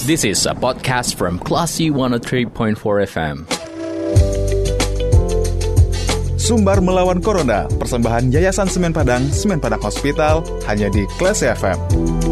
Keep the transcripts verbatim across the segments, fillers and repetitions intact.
This is a podcast from Classy one oh three point four F M. Sumbar Melawan Corona, persembahan Yayasan Semen Padang, Semen Padang Hospital, hanya di Classy F M.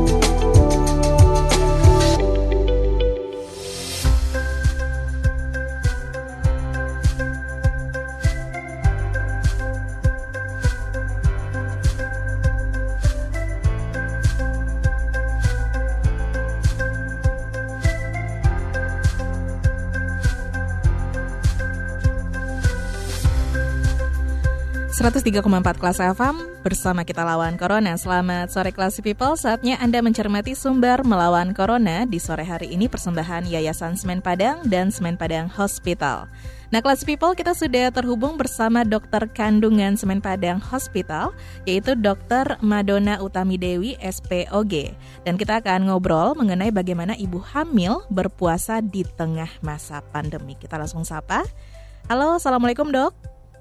seratus tiga koma empat Classy F M, bersama kita lawan Corona. Selamat sore Classy People, saatnya Anda mencermati Sumber Melawan Corona. Di sore hari ini persembahan Yayasan Semen Padang dan Semen Padang Hospital. Nah Classy People, kita sudah terhubung bersama dokter kandungan Semen Padang Hospital, yaitu dokter Madonna Utami Dewi, S P O G. Dan kita akan ngobrol mengenai bagaimana ibu hamil berpuasa di tengah masa pandemi. Kita langsung sapa. Halo, Assalamualaikum dok.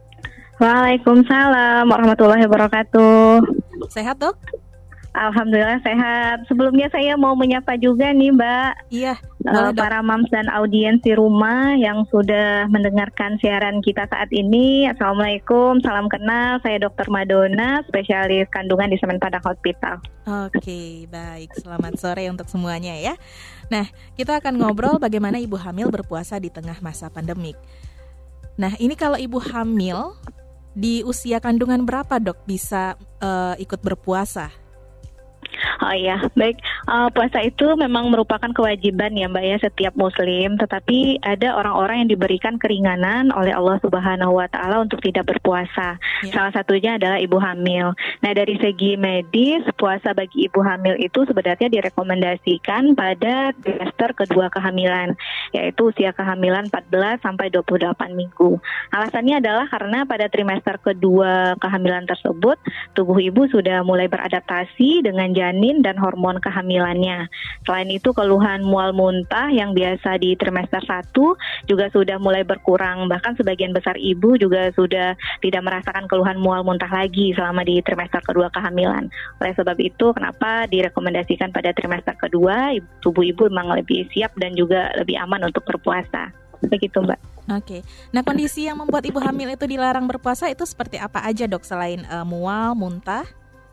Waalaikumsalam warahmatullahi wabarakatuh. Sehat dok? Alhamdulillah sehat. Sebelumnya saya mau menyapa juga nih Mbak. Iya. Uh, para mams dan audiens di rumah yang sudah mendengarkan siaran kita saat ini. Assalamualaikum, salam kenal. Saya dokter Madonna, spesialis kandungan di Semen Padang Hospital. Oke, baik. Selamat sore untuk semuanya ya. Nah, kita akan ngobrol bagaimana ibu hamil berpuasa di tengah masa pandemik. Nah, ini kalau ibu hamil di usia kandungan berapa dok bisa uh, ikut berpuasa? Oh iya, baik. Uh, puasa itu memang merupakan kewajiban ya Mbak ya setiap muslim. Tetapi ada orang-orang yang diberikan keringanan oleh Allah Subhanahu Wa Taala untuk tidak berpuasa. Ya. Salah satunya adalah ibu hamil. Nah dari segi medis, puasa bagi ibu hamil itu sebenarnya direkomendasikan pada trimester kedua kehamilan, yaitu usia kehamilan empat belas sampai dua puluh delapan minggu. Alasannya adalah karena pada trimester kedua kehamilan tersebut, tubuh ibu sudah mulai beradaptasi dengan janin dan hormon kehamilannya. Selain itu keluhan mual muntah yang biasa di trimester satu juga sudah mulai berkurang. Bahkan sebagian besar ibu juga sudah tidak merasakan keluhan mual muntah lagi selama di trimester kedua kehamilan. Oleh sebab itu kenapa direkomendasikan pada trimester kedua, tubuh ibu memang lebih siap dan juga lebih aman untuk berpuasa. Begitu Mbak. Oke. Nah kondisi yang membuat ibu hamil itu dilarang berpuasa itu seperti apa aja dok selain uh, mual, muntah?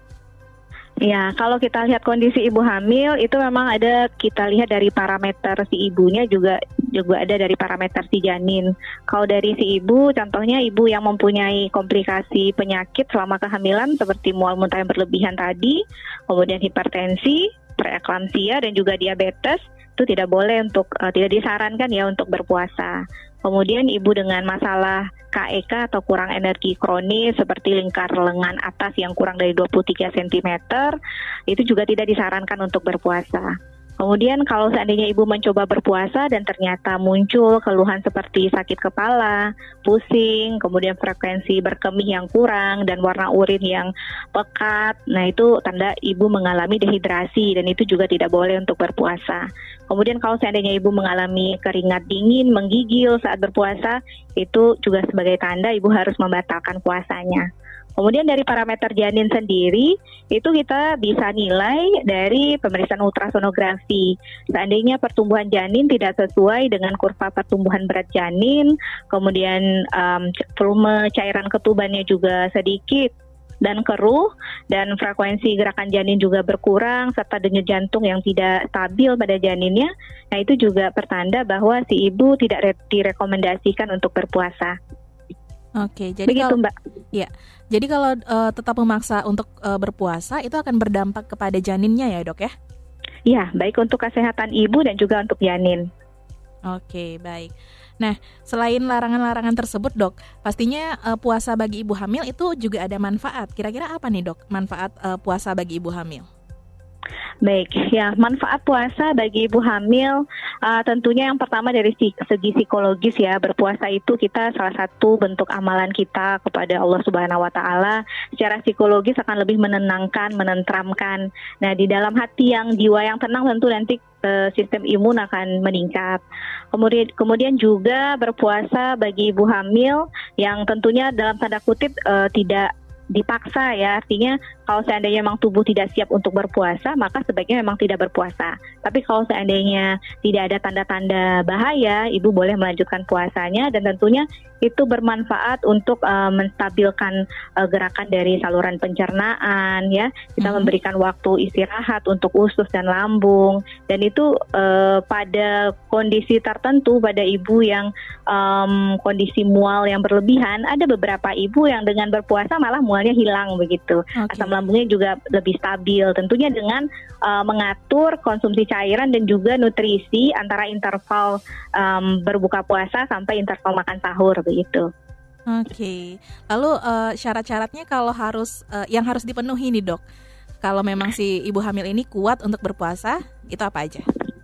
Ya, kalau kita lihat kondisi ibu hamil itu memang ada, kita lihat dari parameter si ibunya juga juga ada dari parameter si janin. Kalau dari si ibu, contohnya ibu yang mempunyai komplikasi penyakit selama kehamilan seperti mual muntah yang berlebihan tadi, kemudian hipertensi, preeklamsia dan juga diabetes, itu tidak boleh untuk uh, tidak disarankan ya untuk berpuasa. Kemudian ibu dengan masalah K E K atau kurang energi kronis seperti lingkar lengan atas yang kurang dari dua puluh tiga sentimeter, itu juga tidak disarankan untuk berpuasa. Kemudian kalau seandainya ibu mencoba berpuasa dan ternyata muncul keluhan seperti sakit kepala, pusing, kemudian frekuensi berkemih yang kurang dan warna urin yang pekat, nah itu tanda ibu mengalami dehidrasi dan itu juga tidak boleh untuk berpuasa. Kemudian kalau seandainya ibu mengalami keringat dingin, menggigil saat berpuasa, itu juga sebagai tanda ibu harus membatalkan puasanya. Kemudian dari parameter janin sendiri, itu kita bisa nilai dari pemeriksaan ultrasonografi. Seandainya pertumbuhan janin tidak sesuai dengan kurva pertumbuhan berat janin, kemudian um, volume cairan ketubannya juga sedikit dan keruh, dan frekuensi gerakan janin juga berkurang, serta denyut jantung yang tidak stabil pada janinnya, nah itu juga pertanda bahwa si ibu tidak re- direkomendasikan untuk berpuasa. Oke, jadi begitu kalau, Mbak. Ya, jadi kalau uh, tetap memaksa untuk uh, berpuasa itu akan berdampak kepada janinnya ya dok ya? Iya, baik untuk kesehatan ibu dan juga untuk janin. Oke, baik. Nah, selain larangan-larangan tersebut dok, pastinya uh, puasa bagi ibu hamil itu juga ada manfaat. Kira-kira apa nih dok manfaat uh, puasa bagi ibu hamil? Baik, ya manfaat puasa bagi ibu hamil uh, tentunya yang pertama dari segi psikologis ya, berpuasa itu kita salah satu bentuk amalan kita kepada Allah Subhanahu Wa Taala. Secara psikologis akan lebih menenangkan, menenteramkan. Nah di dalam hati yang jiwa yang tenang tentu nanti uh, sistem imun akan meningkat. Kemudian kemudian juga berpuasa bagi ibu hamil yang tentunya dalam tanda kutip uh, tidak dipaksa ya, artinya kalau seandainya memang tubuh tidak siap untuk berpuasa, maka sebaiknya memang tidak berpuasa. Tapi kalau seandainya tidak ada tanda-tanda bahaya, ibu boleh melanjutkan puasanya, dan tentunya itu bermanfaat untuk uh, menstabilkan uh, gerakan dari saluran pencernaan ya. Kita mm-hmm. memberikan waktu istirahat untuk usus dan lambung, dan itu uh, pada kondisi tertentu, pada ibu yang um, kondisi mual yang berlebihan, ada beberapa ibu yang dengan berpuasa malah mualnya hilang begitu. Okay. Asam lambungnya juga lebih stabil, tentunya dengan uh, mengatur konsumsi cairan dan juga nutrisi antara interval um, berbuka puasa sampai interval makan sahur begitu. Oke, okay. Lalu uh, syarat-syaratnya kalau harus uh, yang harus dipenuhi nih dok, kalau memang si ibu hamil ini kuat untuk berpuasa, itu apa aja?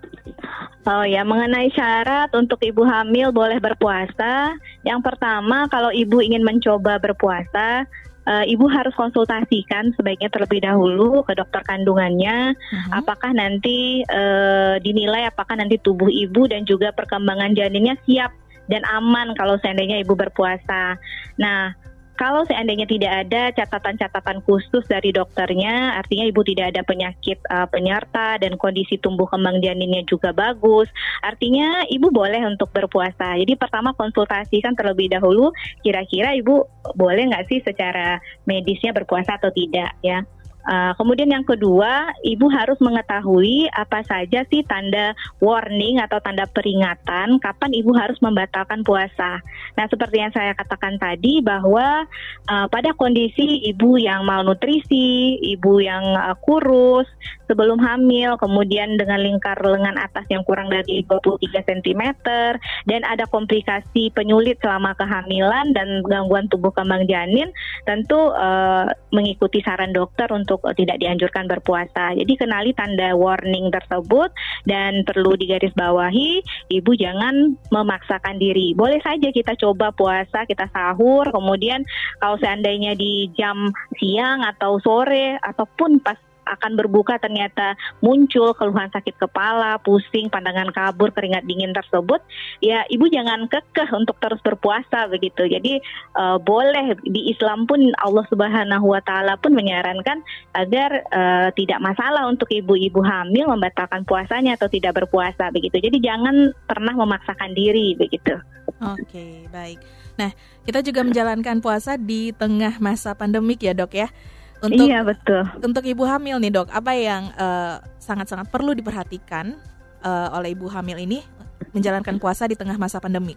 Oh ya, mengenai syarat untuk ibu hamil boleh berpuasa, yang pertama kalau ibu ingin mencoba berpuasa, Uh, ibu harus konsultasikan sebaiknya terlebih dahulu ke dokter kandungannya, uh-huh. apakah nanti uh, dinilai apakah nanti tubuh ibu dan juga perkembangan janinnya siap dan aman kalau seandainya ibu berpuasa. Nah, kalau seandainya tidak ada catatan-catatan khusus dari dokternya, artinya ibu tidak ada penyakit uh, penyerta dan kondisi tumbuh kembang janinnya juga bagus, artinya ibu boleh untuk berpuasa. Jadi pertama konsultasikan terlebih dahulu, kira-kira ibu boleh nggak sih secara medisnya berpuasa atau tidak ya. Uh, kemudian yang kedua, ibu harus mengetahui apa saja sih tanda warning atau tanda peringatan kapan ibu harus membatalkan puasa. Nah, seperti yang saya katakan tadi bahwa uh, pada kondisi ibu yang malnutrisi, ibu yang uh, kurus sebelum hamil, kemudian dengan lingkar lengan atas yang kurang dari dua puluh tiga sentimeter, dan ada komplikasi penyulit selama kehamilan dan gangguan tubuh kembang janin, tentu uh, mengikuti saran dokter untuk tidak dianjurkan berpuasa. Jadi kenali tanda warning tersebut dan perlu digarisbawahi, ibu jangan memaksakan diri. Boleh saja kita coba puasa, kita sahur, kemudian kalau seandainya di jam siang atau sore ataupun pas akan berbuka ternyata muncul keluhan sakit kepala, pusing, pandangan kabur, keringat dingin tersebut, ya ibu jangan kekeh untuk terus berpuasa begitu. Jadi uh, boleh, di Islam pun Allah Subhanahu wa taala pun menyarankan agar uh, tidak masalah untuk ibu-ibu hamil membatalkan puasanya atau tidak berpuasa begitu. Jadi jangan pernah memaksakan diri begitu. Oke, baik. Nah, kita juga menjalankan puasa di tengah masa pandemik ya, Dok ya. Untuk, iya betul. Untuk ibu hamil nih dok, apa yang uh, sangat-sangat perlu diperhatikan uh, oleh ibu hamil ini menjalankan puasa di tengah masa pandemi?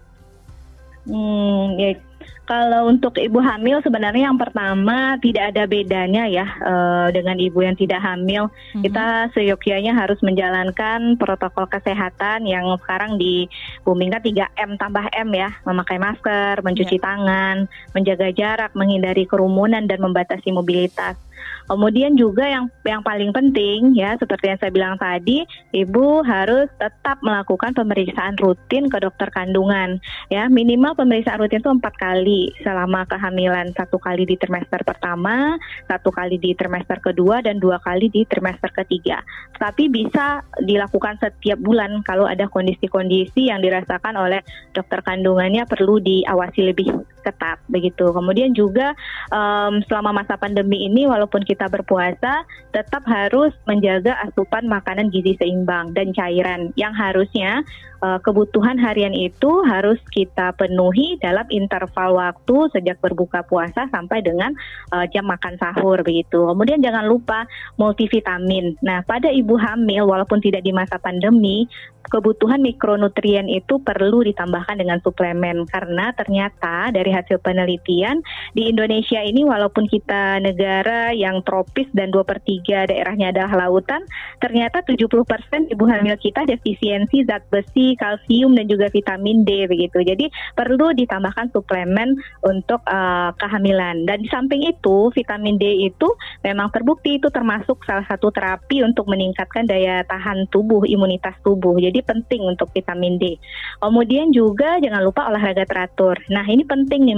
Hmm, ya, kalau untuk ibu hamil sebenarnya yang pertama tidak ada bedanya ya uh, dengan ibu yang tidak hamil. Mm-hmm. Kita seyogyanya harus menjalankan protokol kesehatan yang sekarang dibumingkan tiga M tambah M ya, memakai masker, mencuci yeah. tangan, menjaga jarak, menghindari kerumunan dan membatasi mobilitas. Kemudian juga yang yang paling penting ya, seperti yang saya bilang tadi, ibu harus tetap melakukan pemeriksaan rutin ke dokter kandungan ya, minimal pemeriksaan rutin itu empat kali selama kehamilan, satu kali di trimester pertama, satu kali di trimester kedua, dan dua kali di trimester ketiga. Tapi bisa dilakukan setiap bulan kalau ada kondisi-kondisi yang dirasakan oleh dokter kandungannya perlu diawasi lebih ketat begitu. Kemudian juga um, selama masa pandemi ini walaupun kita berpuasa tetap harus menjaga asupan makanan gizi seimbang dan cairan yang harusnya uh, kebutuhan harian itu harus kita penuhi dalam interval waktu sejak berbuka puasa sampai dengan uh, jam makan sahur begitu. Kemudian jangan lupa multivitamin. Nah, pada ibu hamil walaupun tidak di masa pandemi, kebutuhan mikronutrien itu perlu ditambahkan dengan suplemen karena ternyata dari hasil penelitian di Indonesia ini walaupun kita negara yang tropis dan dua per tiga daerahnya adalah lautan, ternyata tujuh puluh persen ibu hamil kita defisiensi zat besi, kalsium dan juga vitamin D begitu. Jadi perlu ditambahkan suplemen untuk uh, kehamilan. Dan di samping itu vitamin D itu memang terbukti itu termasuk salah satu terapi untuk meningkatkan daya tahan tubuh, imunitas tubuh. Jadi penting untuk vitamin D. Kemudian juga jangan lupa olahraga teratur. Nah, ini penting nih Mbak.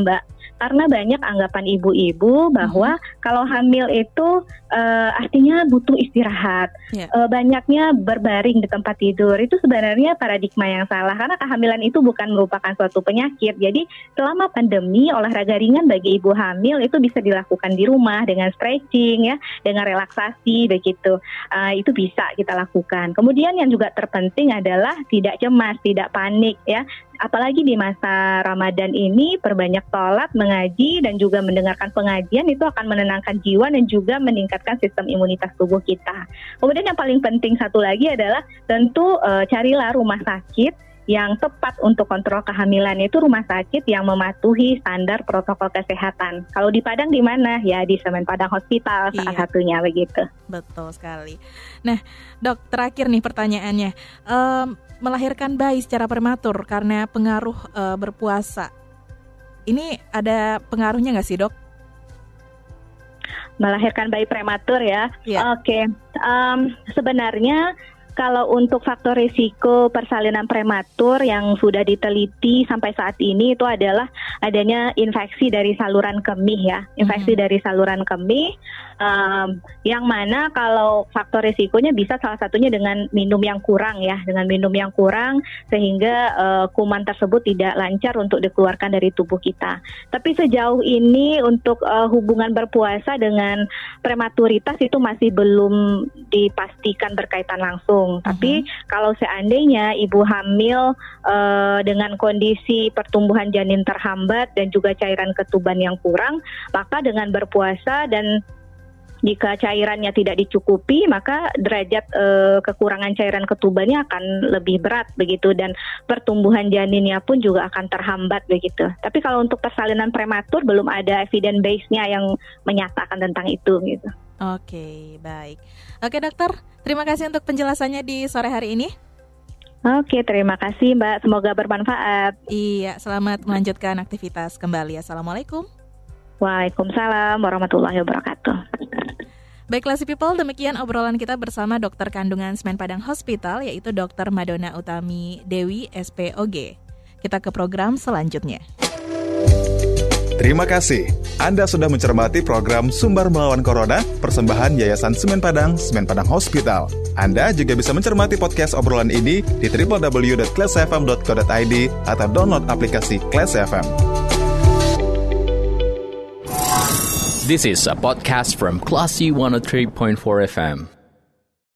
Karena banyak anggapan ibu-ibu bahwa mm-hmm. kalau hamil itu uh, artinya butuh istirahat, yeah. uh, banyaknya berbaring di tempat tidur. Itu sebenarnya paradigma yang salah, karena kehamilan itu bukan merupakan suatu penyakit. Jadi selama pandemi, olahraga ringan bagi ibu hamil itu bisa dilakukan di rumah dengan stretching, ya, dengan relaksasi begitu. Uh, itu bisa kita lakukan. Kemudian yang juga terpenting adalah tidak cemas, tidak panik, ya. Apalagi di masa Ramadan ini, perbanyak sholat, mengaji, dan juga mendengarkan pengajian itu akan menenangkan jiwa dan juga meningkatkan sistem imunitas tubuh kita. Kemudian yang paling penting satu lagi adalah tentu uh, carilah rumah sakit yang tepat untuk kontrol kehamilan, itu rumah sakit yang mematuhi standar protokol kesehatan. Kalau di Padang di mana? Ya di Semen Padang Hospital salah iya. satunya begitu. Betul sekali. Nah, Dok, terakhir nih pertanyaannya. Um, melahirkan bayi secara prematur karena pengaruh uh, berpuasa, ini ada pengaruhnya nggak sih, Dok? Melahirkan bayi prematur ya? Yeah. Oke, okay. um, sebenarnya kalau untuk faktor risiko persalinan prematur yang sudah diteliti sampai saat ini itu adalah adanya infeksi dari saluran kemih, ya, infeksi mm-hmm. dari saluran kemih, um, yang mana kalau faktor risikonya bisa salah satunya dengan minum yang kurang, ya, dengan minum yang kurang sehingga uh, kuman tersebut tidak lancar untuk dikeluarkan dari tubuh kita. Tapi sejauh ini untuk uh, hubungan berpuasa dengan prematuritas itu masih belum dipastikan berkaitan langsung. Tapi uh-huh. kalau seandainya ibu hamil uh, dengan kondisi pertumbuhan janin terhambat dan juga cairan ketuban yang kurang, maka dengan berpuasa dan jika cairannya tidak dicukupi, maka derajat uh, kekurangan cairan ketubannya akan lebih berat begitu, dan pertumbuhan janinnya pun juga akan terhambat begitu. Tapi kalau untuk persalinan prematur belum ada evidence base-nya yang menyatakan tentang itu gitu. Oke, baik. Oke, Dokter, terima kasih untuk penjelasannya di sore hari ini. Oke, terima kasih, Mbak. Semoga bermanfaat. Iya, selamat melanjutkan aktivitas kembali. Assalamualaikum. Waalaikumsalam warahmatullahi wabarakatuh. Baiklah si people, demikian obrolan kita bersama dokter kandungan Semen Padang Hospital, yaitu Dokter Madonna Utami Dewi, S P O G. Kita ke program selanjutnya. Terima kasih. Anda sudah mencermati program Sumber Melawan Corona, persembahan Yayasan Semen Padang, Semen Padang Hospital. Anda juga bisa mencermati podcast obrolan ini di w w w dot classy f m dot co dot i d atau download aplikasi Classy F M. This is a podcast from Classy one oh three point four F M.